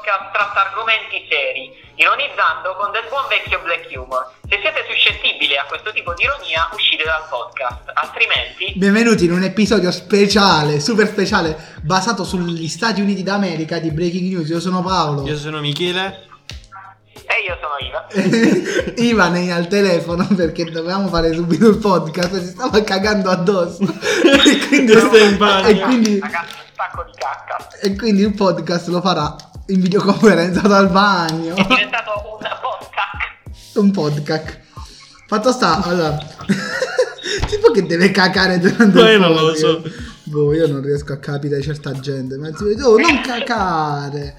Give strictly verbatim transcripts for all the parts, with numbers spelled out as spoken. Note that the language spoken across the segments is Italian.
podcast tratta argomenti seri, ironizzando con del buon vecchio black humor. Se siete suscettibili a questo tipo di ironia, uscite dal podcast, altrimenti... Benvenuti in un episodio speciale, super speciale, basato sugli Stati Uniti d'America di Breaking News. Io sono Paolo. Io sono Michele. E io sono Iva. Ivan è al telefono perché dovevamo fare subito il podcast e si stava cagando addosso. E quindi, in bagno. e quindi, Ragazzi, un sacco di cacca. e quindi il podcast lo farà in videoconferenza dal bagno. È diventato un podcast. Un podcast. Fatto sta, allora. Tipo che deve cacare durante Ma il io non lo podcast. so. Boh, io non riesco a capire certa gente. Ma ti oh, non cacare.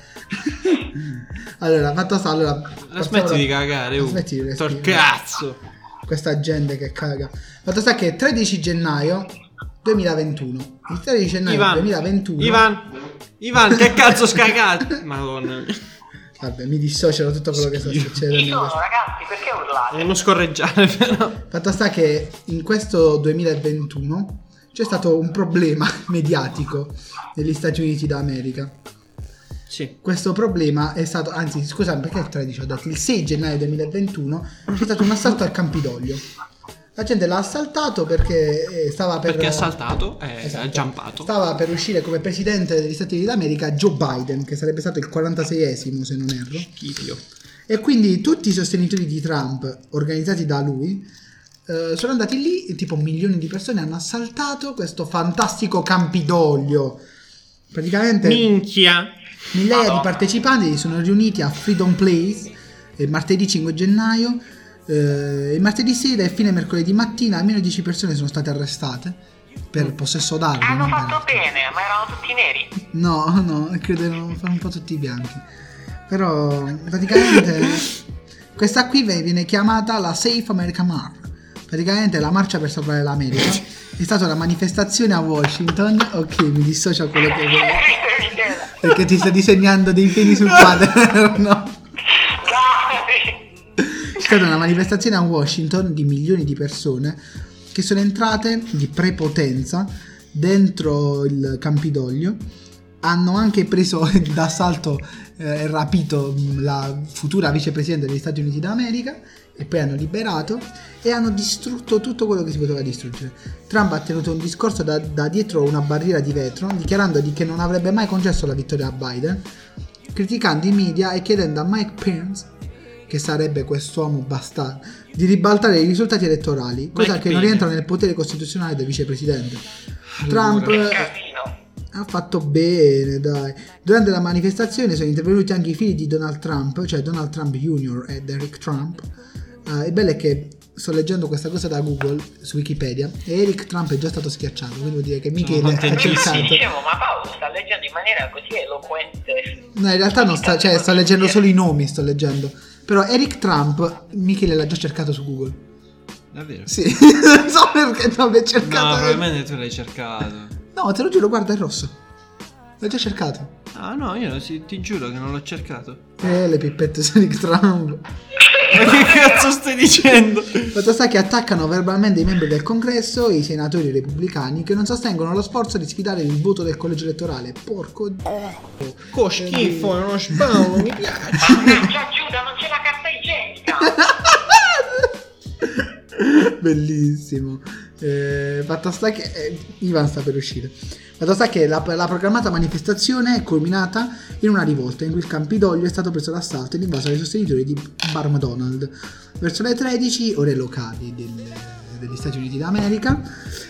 Allora, fatto sta, allora. La smetti di cagare, uh. Smetti di respirare. Tor cazzo. Questa gente che caga. Fatto sta che tredici gennaio duemilaventuno. Il tredici gennaio Ivan, duemilaventuno. Ivan, Ivan, che cazzo scagate? Madonna. Vabbè, mi dissocio da tutto quello che sta Chi succedendo. sono, ragazzi? Perché urlate? Non scorreggiare però. Fatto sta che in questo duemilaventuno c'è stato un problema mediatico negli Stati Uniti d'America. Sì. Questo problema è stato, anzi scusami perché il tredici ho detto, il sei gennaio duemilaventuno c'è stato un assalto al Campidoglio. La gente l'ha assaltato perché stava per... Perché ha saltato e Esatto. ha giampato. Stava per uscire come presidente degli Stati Uniti d'America Joe Biden, che sarebbe stato il quarantaseiesimo se non erro. Schifio. E quindi tutti i sostenitori di Trump, organizzati da lui, eh, sono andati lì, tipo milioni di persone hanno assaltato questo fantastico Campidoglio. Praticamente Minchia. migliaia Madonna. di partecipanti si sono riuniti a Freedom Place il martedì cinque gennaio. Eh, il martedì sera e fine mercoledì mattina almeno dieci persone sono state arrestate per possesso d'armi. Hanno non per- fatto bene, ma erano tutti neri. No, no, credo erano un po' tutti bianchi. Però praticamente questa qui viene chiamata la Safe America March. Praticamente la marcia per salvare l'America. È stata una manifestazione a Washington. Ok, mi dissocio a quello che vedo. Perché ti sto disegnando dei peli sul quaderno. È stata una manifestazione a Washington di milioni di persone che sono entrate di prepotenza dentro il Campidoglio. Hanno anche preso d'assalto e eh, rapito la futura vicepresidente degli Stati Uniti d'America e poi hanno liberato e hanno distrutto tutto quello che si poteva distruggere. Trump ha tenuto un discorso da, da dietro una barriera di vetro dichiarando di che non avrebbe mai concesso la vittoria a Biden, criticando i media e chiedendo a Mike Pence, che sarebbe quest'uomo bastardo, di ribaltare i risultati elettorali, cosa Mike che non Pence. rientra nel potere costituzionale del vicepresidente. Allora. Trump Casino. ha fatto bene, dai. Durante la manifestazione sono intervenuti anche i figli di Donald Trump, cioè Donald Trump junior ed Eric Trump. Uh, il bello è che sto leggendo questa cosa da Google su Wikipedia e Eric Trump è già stato schiacciato, quindi vuol dire che Michele ha contentissimi. Sì, cercato. dicevo, ma Paolo sta leggendo in maniera così eloquente. No, in realtà non sta, cioè sto leggendo solo i nomi, sto leggendo. Però Eric Trump, Michele l'ha già cercato su Google. Davvero? Sì, non so perché non l'hai No, cercato. probabilmente tu l'hai cercato. No, te lo giuro, guarda, è rosso. L'ho già cercato. Ah no, io sì, ti giuro che non l'ho cercato. Eh, le pippette su Eric Trump. Ma che cazzo stai dicendo? Fatto sta che attaccano verbalmente i membri del congresso e i senatori repubblicani che non sostengono lo sforzo di sfidare il voto del collegio elettorale. Porco dio. Co schifo, è uno spawno, mi piace. Mannaggia Giuda, non c'è la carta igienica. Bellissimo. Eh, fatto sta che eh, Ivan sta per uscire. Fatto sta che la, la programmata manifestazione è culminata in una rivolta in cui il Campidoglio è stato preso d'assalto ed invaso dai sostenitori di Bar McDonald verso le tredici ore locali del, degli Stati Uniti d'America.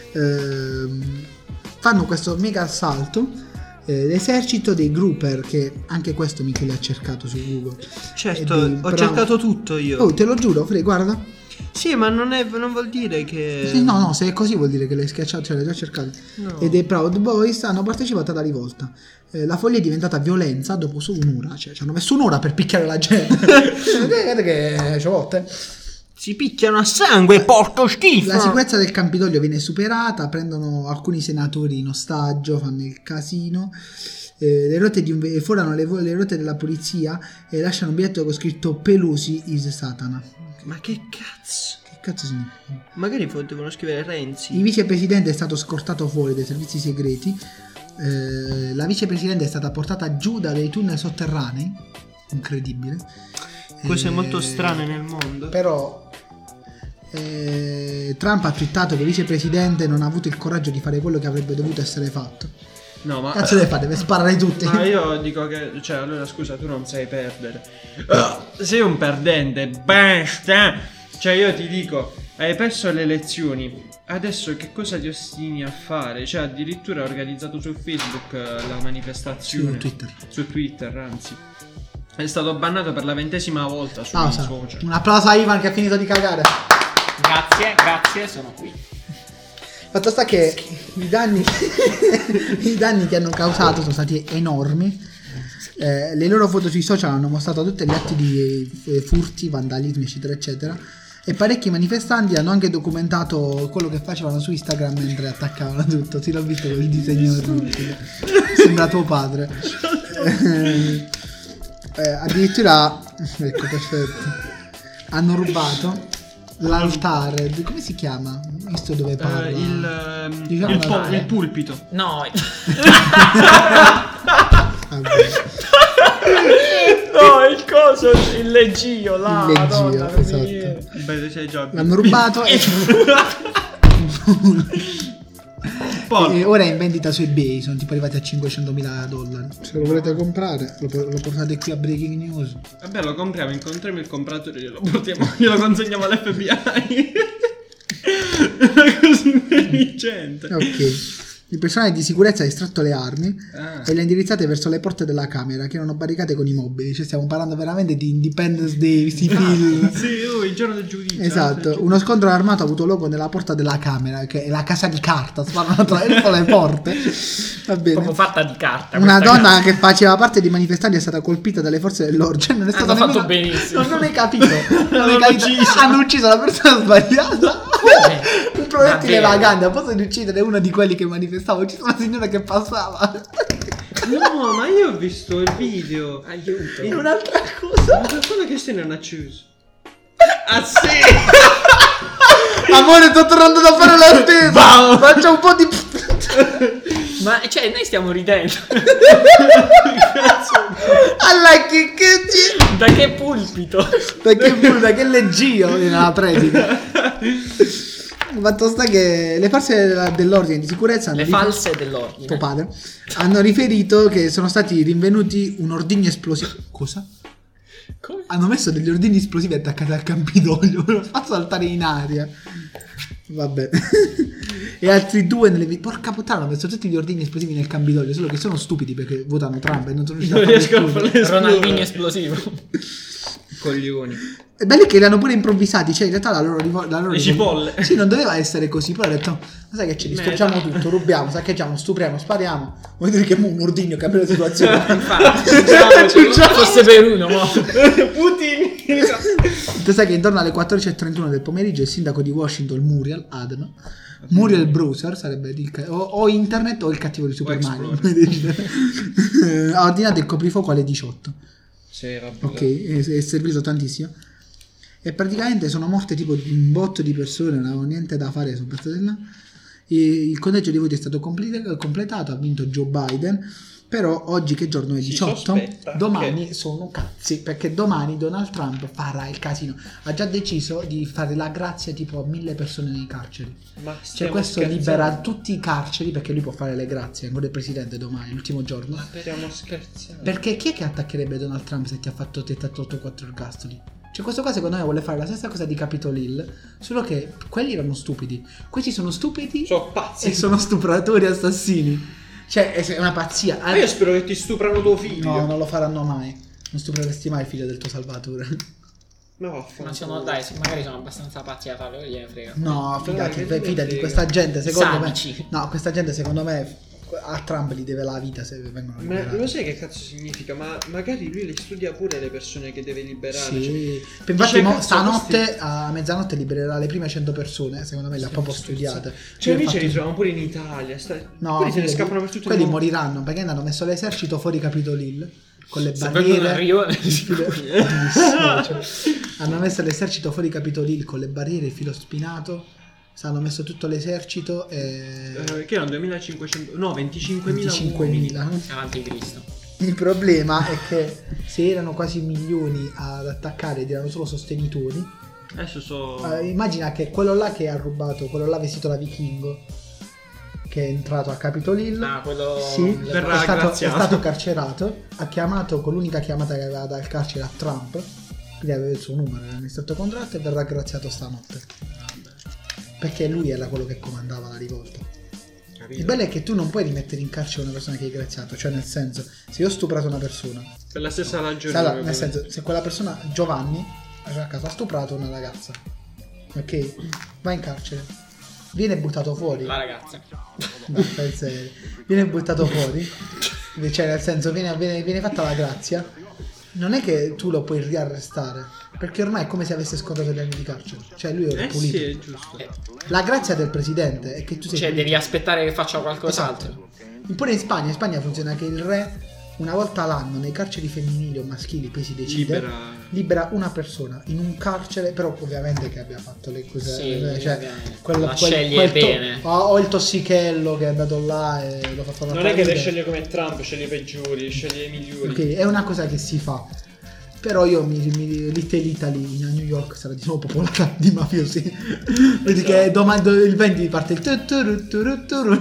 Ehm, fanno questo mega assalto. Eh, l'esercito dei grouper, che anche questo Michele ha cercato su Google. Certo, E dei ho Brown- cercato tutto io. Oh, te lo giuro, Fre, guarda. Sì, ma non, è, non vuol dire che... Sì, no, no, se è così vuol dire che l'hai schiacciato, cioè l'hai già cercato. No. E dei Proud Boys hanno partecipato alla rivolta. Eh, la follia è diventata violenza dopo solo un'ora, cioè ci hanno messo un'ora per picchiare la gente. Vedete che ci volte. Si picchiano a sangue, porco schifo! La sicurezza del Campidoglio viene superata, prendono alcuni senatori in ostaggio, fanno il casino. Eh, le rotte di un ve- forano le, vo- le rotte della polizia e lasciano un biglietto con scritto Pelosi is Satana. Ma che cazzo? Che cazzo significa? Magari devono scrivere Renzi. Il vicepresidente è stato scortato fuori dai servizi segreti Eh, la vicepresidente è stata portata giù da dei tunnel sotterranei, incredibile. Cose Eh, molto strane nel mondo. Però eh, Trump ha twittato che il vicepresidente non ha avuto il coraggio di fare quello che avrebbe dovuto essere fatto. No, ma Cazzo deve fare? Deve sparare tutti. Ma io dico che, cioè, allora scusa, tu non sai perdere. Uh, sei un perdente, basta. Cioè, io ti dico, hai perso le elezioni. Adesso che cosa ti ostini a fare? Cioè, addirittura ha organizzato su Facebook uh, la manifestazione. Su Twitter. Su Twitter, anzi. È stato bannato per la ventesima volta sui Pausa. social. Un applauso a Ivan che ha finito di cagare. Grazie, grazie, sono qui. Fatto sta che i danni i danni che hanno causato sono stati enormi. Eh, le loro foto sui social hanno mostrato tutti gli atti di eh, furti, vandalismi, eccetera, eccetera. E parecchi manifestanti hanno anche documentato quello che facevano su Instagram mentre attaccavano tutto. Sì, l'ho visto con il disegno orribile. Sembra tuo padre. Eh, eh, addirittura, ecco, perfetto. Hanno rubato l'altare. Come si chiama? Visto dove parla? Eh, il, um, Diciamo il, po- l'altare. il pulpito. No, Vabbè. no, il coso, il leggio, là, Il leggio, Madonna, non mi esatto. viene. Beh, sei già. L'hanno rubato e... Poi, e ora è in vendita su eBay. Sono tipo arrivati a cinquecentomila dollari. Se lo volete comprare, lo, lo portate qui a Breaking News. vabbè, lo compriamo, incontriamo il compratore, glielo portiamo, glielo consegniamo all'F B I. È così intelligente. Ok. Il personale di sicurezza ha estratto le armi Ah. e le ha indirizzate verso le porte della camera, che erano barricate con i mobili. Cioè stiamo parlando veramente di Independence Day, questi film. Sì, oh, il giorno del giudizio. Esatto, uno scontro armato ha avuto luogo nella porta della camera, che è la casa di carta, sparano attraverso le porte. Va bene. Proprio fatta di carta. Una questa donna casa. che faceva parte dei manifestanti è stata colpita dalle forze dell'ordine. Cioè, non è stato Hanno nemmeno... fatto benissimo. Non, non hai capito. Non hai L'hanno capito. ucciso. Hanno ucciso la persona sbagliata. Un proiettile Davvero? vagante. A posto di uccidere uno di quelli che manifestava, ho ucciso una signora che passava. No, ma io ho visto il video. Aiuto. In un'altra cosa. Ma quello che se ne hanno acceso. Ah sì! Amore, sto tornando da fare la stesa. Faccio un po' di... Ma cioè, noi stiamo ridendo. Alla che che ci... Da che pulpito? Da che da che leggio nella predica. Fatto sta che le forze dell'ordine di sicurezza hanno Le rifer- false dell'ordine. tuo padre hanno riferito che sono stati rinvenuti un ordigno esplosivo. Cosa? Come? Hanno messo degli ordigni esplosivi attaccati al Campidoglio, lo fa saltare in aria. Vabbè. E altri due nelle vi- porca puttana, hanno messo tutti gli ordigni esplosivi nel Campidoglio, solo che sono stupidi perché votano Trump e non sono riusciti Non a riesco a farlo. farle esplodere. Ronaldinho esplosivo. Coglioni. È bello che li hanno pure improvvisati, cioè in realtà la loro, rivo- la loro Le rivol- cipolle. Sì, non doveva essere così, poi ho detto, ma sai che ci distruggiamo Merda. tutto, rubiamo, saccheggiamo, stupriamo, spariamo. Vuoi dire che mo un ordigno cambia la situazione? Infatti, diciamo, fosse per uno, mo. Putin. Tu sai che intorno alle quattordici e trentuno del pomeriggio il sindaco di Washington, Muriel Adno, Muriel Browser sarebbe il ca- o, o internet o il cattivo di Super Mario, Explorer. decidere. Ha ordinato il coprifuoco alle diciotto. Sì, vabbè. Ok, è, è servito tantissimo. E praticamente sono morte tipo un botto di persone, non avevano niente da fare, sono passate là. E il conteggio di voti è stato completa- completato, ha vinto Joe Biden. Però oggi che giorno è Si diciotto, sospetta domani che- sono cazzi, perché domani Donald Trump farà il casino. Ha già deciso di fare la grazia tipo a mille persone nei carceri. Ma Cioè stiamo questo scherzando? libera tutti i carceri, perché lui può fare le grazie, ancora il presidente domani, l'ultimo giorno. Ma speriamo scherzando. Perché chi è che attaccherebbe Donald Trump se ti ha fatto ti ha tolto quattro ergastoli? Cioè questo qua secondo me vuole fare la stessa cosa di Capitol Hill, solo che quelli erano stupidi. Questi sono stupidi Sono pazzi. e sono stupratori assassini. Cioè è una pazzia. Ma io spero che ti stuprano tuo figlio. No, non lo faranno mai. Non stupreresti mai il figlio del tuo Salvatore. Ma vaffanculo. Ma sono, dai, magari sono abbastanza pazzi a farlo, gliene frega. No, fidati, Dai, che fidati, frega. questa gente secondo Sadici. me. No, questa gente secondo me a Trump gli deve la vita se vengono Ma liberati. lo sai che cazzo significa? Ma magari lui le studia pure le persone che deve liberare. cioè- Sì. Infatti Dice, mo, cazzo, stanotte a mezzanotte libererà le prime cento persone, secondo me le ha proprio studiate. Cioè, noi Infatti- ce li troviamo pure in Italia. Sta... No, quelli se ne quelli- scappano per tutto quelli il mondo. moriranno perché hanno messo l'esercito fuori Capitol Hill con le Se vengono a barriere. Rione, Bellissimo, cioè, hanno messo l'esercito fuori Capitol Hill con le barriere, il filo spinato. hanno messo tutto l'esercito e... Eh, che erano duemilacinquecento, no, venticinquemila venticinquemila. Avanti Cristo. Il problema è che se erano quasi milioni ad attaccare ed erano solo sostenitori, Adesso so... eh, immagina che quello là che ha rubato, quello là vestito da vichingo, che è entrato a Capitol Hill, Ah, quello... sì, verrà è, stato, è graziato. stato carcerato, ha chiamato con l'unica chiamata che aveva dal carcere a Trump, quindi aveva il suo numero, era in stato contratto e verrà graziato stanotte. Perché lui era quello che comandava la rivolta. Capito? Il bello è che tu non puoi rimettere in carcere una persona che hai graziato, cioè nel senso, se io ho stuprato una persona, Per la stessa ragione. allora, come- nel senso, se quella persona, Giovanni, a caso, ha stuprato una ragazza, ok? Va in carcere, viene buttato fuori. La ragazza. No, fai serio. Viene buttato fuori, cioè nel senso viene, viene, viene fatta la grazia, non è che tu lo puoi riarrestare, perché ormai è come se avesse scontato gli anni di carcere, cioè lui è Eh pulito. sì, è giusto. Eh, La grazia del presidente è che tu sei Cioè, pulito. devi aspettare che faccia qualcos'altro. Esatto. Pure in Spagna, in Spagna funziona che il re una volta l'anno nei carceri femminili o maschili, poi si decide, Libera... libera una persona in un carcere, però ovviamente che abbia fatto le cose, Sì, cioè, ovviamente. quello, La quel- sceglie quel to- bene. o, o il tossichello che è andato là e lo fa fare una Non è che le parete. sceglie come Trump, sceglie i peggiori, sceglie i migliori. Ok, è una cosa che si fa. Però io mi, mi Little Italy a New York sarà di nuovo popolata di mafiosi. Vedi che domani il venti parte il tuturu, turu, turu,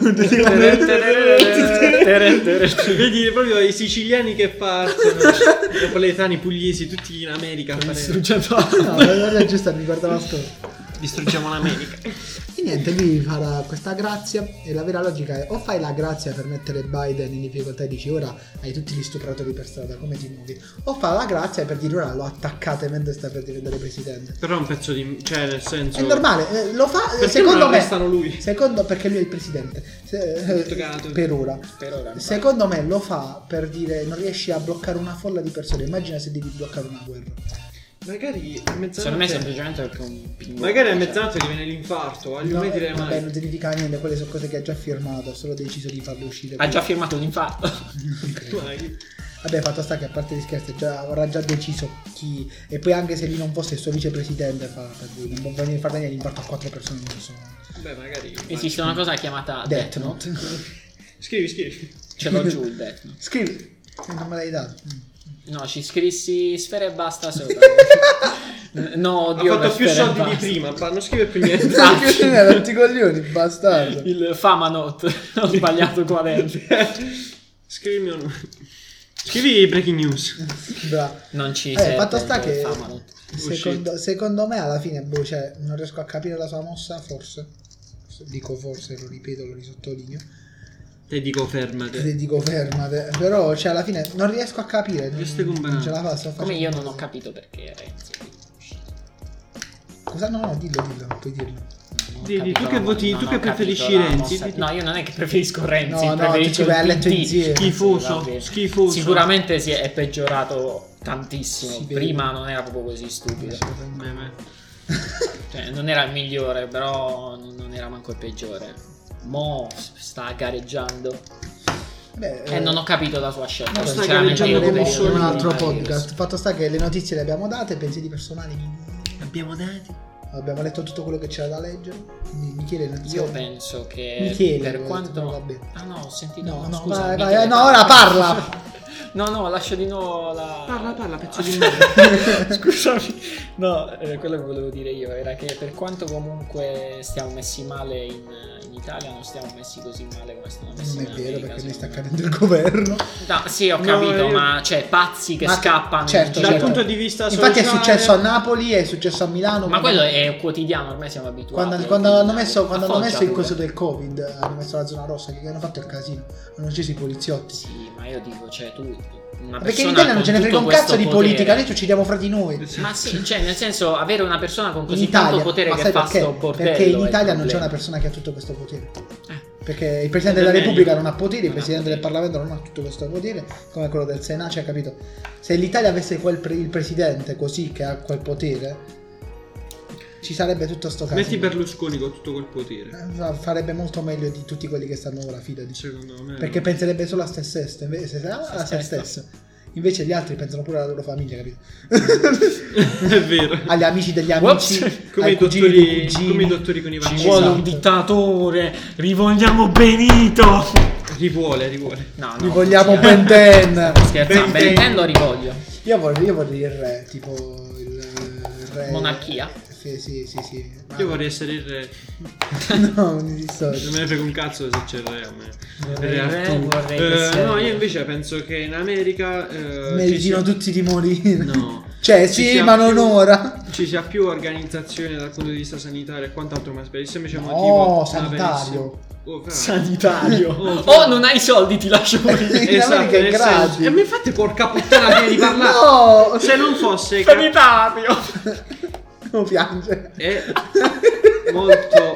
Vedi proprio i siciliani che partono, i napoletani, pugliesi, tutti in America. a fare- Distruggendo. No, guarda, giusto, mi guardava sto. Distruggiamo l'America. E niente, lui farà questa grazia e la vera logica è o fai la grazia per mettere Biden in difficoltà e dici ora hai tutti gli stupratori per strada, come ti muovi? O fa la grazia per dire ora lo attaccate mentre sta per diventare presidente. Però è un pezzo di... cioè nel senso... È normale, eh, lo fa eh, Perché secondo non me. arrestano lui? Secondo perché lui è il presidente. Se- Toccato. per ora. Per ora. Secondo me lo fa per dire non riesci a bloccare una folla di persone. Immagina se devi bloccare una guerra. Magari a mezzanotte... Secondo me è semplicemente perché un pinguino. Magari a mezzanotte ti viene l'infarto, agli No, non direi vabbè, mai. non significa niente, quelle sono cose che ha già firmato, ha solo deciso di farle uscire. Ha già firmato un infarto. Mai. Vabbè, fatto sta che a parte gli scherzi già, avrà già deciso chi. E poi anche se lui non fosse il suo vicepresidente fa, per lui, non può venire a fare niente l'infarto a quattro persone, non so. Beh, magari... Esiste una cosa chiamata Death Death Note. Note. Scrivi, scrivi. Ce l'ho giù il Death Note. Scrivi. E non me l'hai dato. No, ci scrissi sfere e basta sopra. No, Ha oddio, fatto per più sfere e soldi di basta. prima, pa- non scrive più niente. Tutti i coglioni, bastardo. Il Fama Note. Ho sbagliato qua dentro. Scrivimi un... Scrivi breaking news. Bravo. Non ci Eh, serve fatto sta il che Fama Note. secondo, secondo me alla fine boh, cioè, non riesco a capire la sua mossa, forse. Dico forse, lo ripeto, lo risottolineo. Te dico fermate. Ti dico fermate. Però cioè alla fine non riesco a capire. Non, Queste non comparate. ce la fa. Sto Come facendo- io non ho capito perché Renzi. Cosa? No, no, dillo, dillo, non puoi dirlo. Non ho Di- di- capito tu che la- voti- non tu ho che capito preferisci la Renzi? mossa- Di- No, io non è che preferisco Renzi, No, no, preferisco tu ci vai a il letto P D. insieme. Schifoso, Sì, va bene. schifoso. Sicuramente si è, è peggiorato tantissimo. Si vede. Prima non era proprio così stupido. Beh, beh. Cioè, non era il migliore, però non, non era manco il peggiore. Mo sta gareggiando. Beh, E non ho capito la sua scelta. vabbè, sta Sinceramente, gareggiando io come credo solo un di altro rimanere podcast. Fatto sta che le notizie le abbiamo date, pensieri personali. Abbiamo dati. Abbiamo letto tutto quello che c'era da leggere. Quindi Michele non Io penso che Michele, per l'ho detto, quanto però va bene. ah no, ho sentito No, no, scusa, vai, Michele, vai, no, ora parla. No, no, lascio di nuovo la Parla, parla, pezzo di merda. Scusami. No, eh, quello che volevo dire io era che per quanto comunque stiamo messi male in, in Italia, non stiamo messi così male come stanno messi Non in è vero America, perché mi sta secondo me. cadendo il governo. No, sì, ho No, capito, io- ma cioè pazzi che Ma- scappano. certo, Dal certo. punto di vista Infatti è sociale- successo a Napoli, è successo a Milano. Ma quando- quello è quotidiano, ormai siamo abituati. Quando, quando hanno messo, quando A hanno Foggia messo il pure. coso del Covid, hanno messo la zona rossa, che hanno fatto il casino, hanno ucciso i poliziotti. Sì, ma io dico, cioè tu una Perché persona in Italia non con ce ne frega tutto un cazzo questo di potere- politica, noi ci uccidiamo fra di noi. Ma sì, cioè nel senso avere una persona con In così Italia, tanto potere ma che sai fa perché? sto bordello Perché in è il Italia non c'è problema. una persona che ha tutto questo potere. Eh. Perché il Presidente della Ed è Repubblica meglio. non ha potere, il Non ha Presidente del potere. Parlamento non ha tutto questo potere, come quello del Senato, cioè, capito? Se l'Italia avesse quel pre- il Presidente così, che ha quel potere, ci sarebbe tutto sto caso. Metti Berlusconi con tutto quel potere. Farebbe molto meglio di tutti quelli che stanno ora, fidati. Secondo me. Perché penserebbe solo a se stesso, invece se- a Se se stesso. stesso. Invece gli altri pensano pure alla loro famiglia, capito? È vero. Agli amici degli amici, Come ai i, cugini dottori, dei cugini. come i dottori con i Ci vaccini. vuole Esatto. un dittatore, rivogliamo Benito. Rivuole, rivuole. No, no. Li vogliamo sì, Ben ten. Scherzo, Ben Ben ten. ten lo rivoglio. Io vorrei, io vorrei il re, tipo il, il re. Monarchia? Sì, sì, sì, sì. Ma- Io vorrei essere il re. No, non dissocio. Non me ne frega un cazzo se c'è il re a me. Vorrei Re il re, Artù. vorrei Eh, che sia- no, io invece penso che in America eh, ci Meritino sia- tutti di morire. No. Cioè, Ci sì, sia ma non più- ora. ci sia più organizzazione dal punto di vista sanitario e quant'altro, ma per il semplice No, motivo sanitario. Oh, fra- Sanitario. Oh, Oh, non hai i soldi, ti lascio morire. In America è nel gratis. senso- E mi fate porca puttana prima di parlare. No! Se non fosse che Sanitario. Non piange. è molto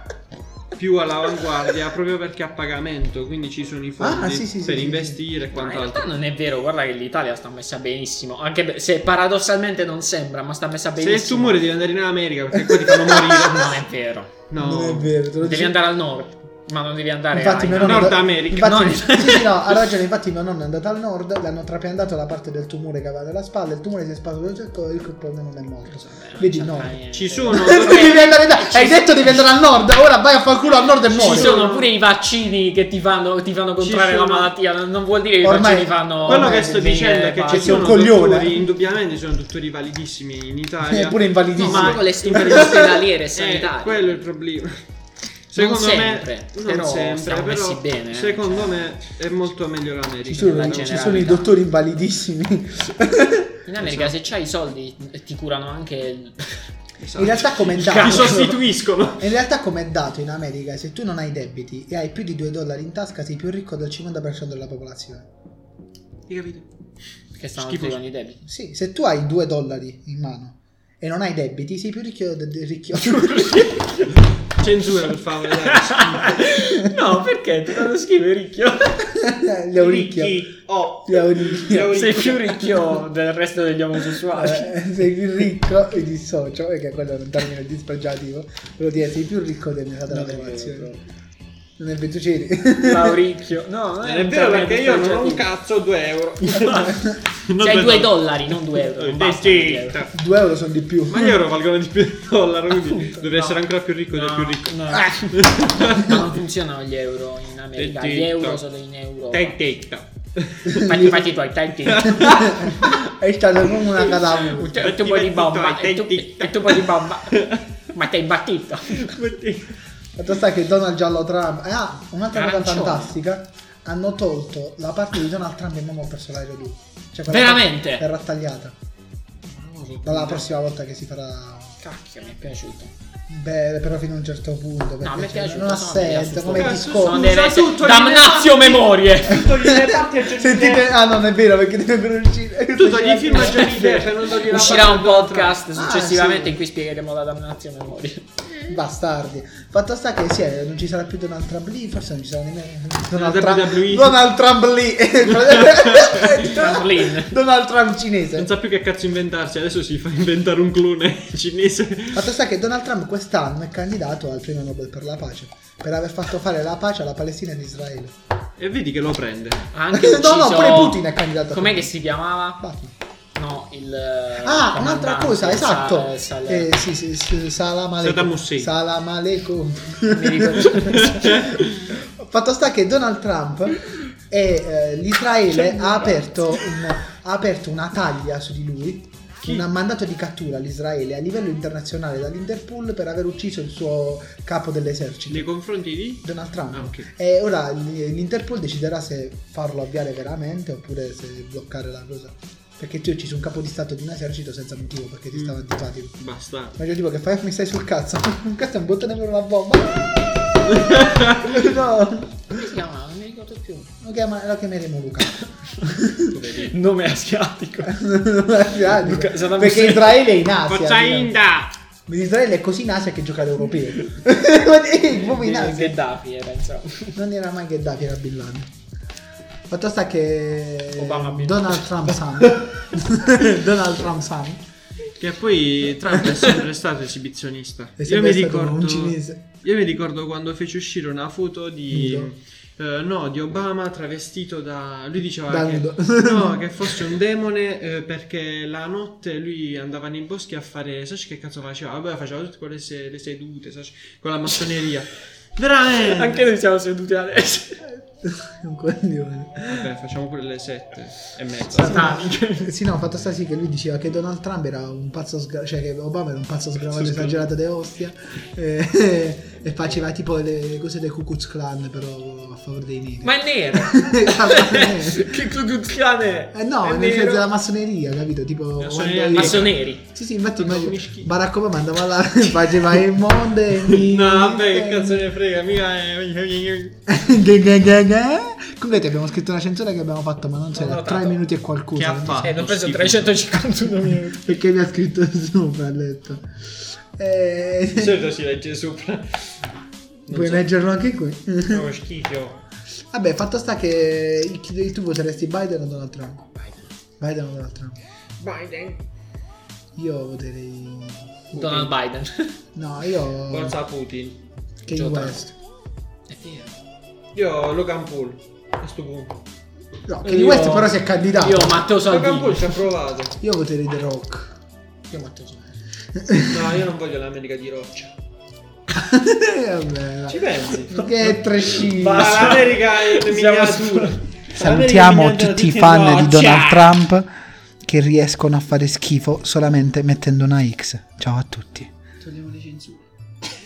più all'avanguardia proprio perché a pagamento, quindi ci sono i fondi Ah, sì, sì, sì, per sì, investire e Ma in realtà quant'altro. non è vero, guarda che l'Italia sta messa benissimo. Anche se paradossalmente non sembra, ma sta messa Se benissimo. il tumore devi andare in America perché qua ti fanno morire. Non è vero. No. Non è vero, te lo Devi dico. andare al nord. Ma non devi andare Infatti, a mio Nord nonno- America. Infatti, No. sì, sì, no, ha ragione. Infatti, mio nonno è andato al nord, le hanno trapiantato la parte del tumore che aveva nella spalla. Il tumore si è sparato il cerco e il colpo non è morto. Vedi, no. Ci sono Devi andare da- Hai detto devi andare al nord, ora vai a far culo al nord e Ci muori. sono pure i vaccini che ti fanno, ti fanno contrarre sono- la malattia. Non non vuol dire che i Ormai- vaccini fanno. Quello ormai che sto venire dicendo è che facile. ci sei un sono coglione. dottori, indubbiamente ci sono dottori validissimi in Italia. È pure invalidissimo. No, ma con le strutture ospedaliere e Eh, sanitarie. quello è il problema. Secondo sempre, me, però non sempre, stiamo però messi bene, eh, secondo cioè. me è molto meglio l'America. Ci sono, La ci sono i generalità. dottori invalidissimi. In America, se c'hai i soldi, ti curano anche il. Esatto. In realtà, come è Ti dato, sostituiscono. in realtà, come è dato in America, se tu non hai debiti e hai più di due dollari in tasca, sei più ricco del cinquanta per cento della popolazione. Hai capito? Che stanno Schifo. tutti con i debiti. Sì, se tu hai due dollari in mano e non hai debiti, sei più ricco del del ricchio. Censura per favore. dai. No, perché ti danno schifo, ricchio? Leo ricchio. Ricchi. Oh. Leo ricchio. Sei più ricchio del resto degli omosessuali. Eh, sei più ricco, mi dissocio, perché quello è un termine dispregiativo. Volevo dire, sei più ricco del metà della Non è vero, popolazione. Non è vero, tu c'eri. Lauricchio. No, Non è vero perché io non ho un cazzo, due euro. Non Sei due due dollari. dollari, non due euro. Non bastano due euro. Zitta. due euro sono di più. Ma gli euro valgono di più del dollaro, quindi Appunto, dovrei no. essere ancora più ricco del più ricco. No. Ah. Ma non funzionano gli euro in America. Gli Zitta. euro sono in euro. Take data. Fatti fatti i tuoi tanti. È stato come una cadavere. E tu poi di bomba. E tu, e tu poi di bomba. Ma ti hai imbattito. Fatto sta che Donald Giallo Trump. Ah, un'altra cosa Arancione. fantastica. Hanno tolto la parte di Donald Trump e Momo ha perso l'aereo due. Cioè, quella Veramente? parte verrà tagliata. Dalla prossima volta che si farà. Cacchio, mi è piaciuto. Beh, però fino a un certo punto. No, a me perché è cioè, piaciuto, non ha sono meglio senso. su Come sto ti cazzo, scopri. Non deve essere. tutto gli Damnazio elefanti. memorie. Togli le parti a Sentite, ah, non è vero perché deve uscire. Tu togli i film a Johnny Depp e non togli la Uscirà parte un del podcast Ah, successivamente sì. in cui spiegheremo la damnazio memoria. Bastardi. Fatto sta che sì, eh, non ci sarà più Donald Trump lì, forse non ci sarà nemmeno Donald W Trump. W E. Donald Trump lì. Trampolin. Donald Trump cinese. Non sa più che cazzo inventarsi, adesso si fa inventare un clone cinese. Fatto sta che Donald Trump quest'anno è candidato al premio Nobel per la pace per aver fatto fare la pace alla Palestina e ad Israele. E vedi che lo prende. Ha anche No, ucciso... no, pure Putin è candidato. Com'è che si chiamava? Batti. No, il. Ah, un'altra cosa, esatto. Sa- Sal- Eh, sì, sì, sì, salam aleikum. Saddam Hussein. Salam aleikum. mi ricordo. Fatto sta che Donald Trump e eh, l'Israele ha aperto, un, ha aperto una taglia su di lui. Chi? Un mandato di cattura all'Israele a livello internazionale dall'Interpol per aver ucciso il suo capo dell'esercito. Nei confronti di? Donald Trump. Ah, ok. E ora l- l'Interpol deciderà se farlo avviare veramente oppure se bloccare la cosa. Perché tu hai ucciso un capo di stato di un esercito senza motivo perché ti stava Mm. antipatico. Basta. Ma io tipo che fai mi stai sul cazzo. Un cazzo non butta nemmeno una bomba. No. Come si chiamava? Non mi ricordo più. Lo, chiama, lo chiameremo Luca. Nome asiatico. Luca, Saddam perché Hussein. Israele è in Asia. Forza diciamo. Inda! Israele è così in Asia che gioca ad europeo. Proprio in Asia. Gheddafi era, insomma. Non era mai Gheddafi, era Bin Laden. Fatto sta che Obama Bin Donald Trump Sam Donald Trump Sam Che poi Trump è sempre stato esibizionista. È Io sempre mi stato ricordo un cinese. Io mi ricordo quando fece uscire una foto di Nudo. Uh, no, di Obama travestito da... Lui diceva Da che, nudo. no, che fosse un demone eh, perché la notte lui andava nei boschi a fare... Sai che cazzo faceva? Vabbè, faceva tutte quelle se- le sedute, sai, con la massoneria. Veramente! Anche noi siamo seduti adesso. Un coglione. Vabbè, facciamo pure le sette e mezza. Sataniche. Sì, no, fatto sta sì che lui diceva che Donald Trump era un pazzo sgra- cioè che Obama era un pazzo sgravato Pazzo esagerato de ostia e, e faceva tipo le cose del Ku Klux Klan però a favore dei neri. Ma è nero. Che Ku Klux Klan è? Eh no, È nel nero. senso della massoneria, capito? Tipo Massoneria quando- Massoneri. Sì, sì, infatti Sono immagino- mischi. Barack Obama andava là faceva il mondo e mi- No, vabbè, che cazzo ne frega, mica è... Ga, ga, ga, ga. Comunque ti abbiamo scritto una censura che abbiamo fatto ma non so, Ho da notato. tre minuti e qualcosa. Che ha non so. fatto? Eh, non preso schifo. trecentocinquantuno minuti. Perché mi ha scritto sopra, ha letto. Eh, Di solito si legge sopra. Non puoi so. leggerlo anche qui. No, schifo. Vabbè, fatto sta che tu voteresti Biden o Donald Trump? Biden o Donald Trump? Biden. Io voterei... Donald Biden. No, io... Forza Putin. Kanye Joe West. È vero. Io Logan Paul. A questo punto. No, Kanye Io- West però si è candidato. Io Matteo Logan Salvini. Paul ci ha provato. Io voterei The Rock. Io Matteo Salvini. No, io non voglio l'America di roccia. Vabbè, Ci dai. pensi? Che trashino. Ma l'America è in Siamo miniatura. Salutiamo L'America è tutti i in fan roccia. di Donald Trump che riescono a fare schifo solamente mettendo una X. Ciao a tutti. Togliamo le censure.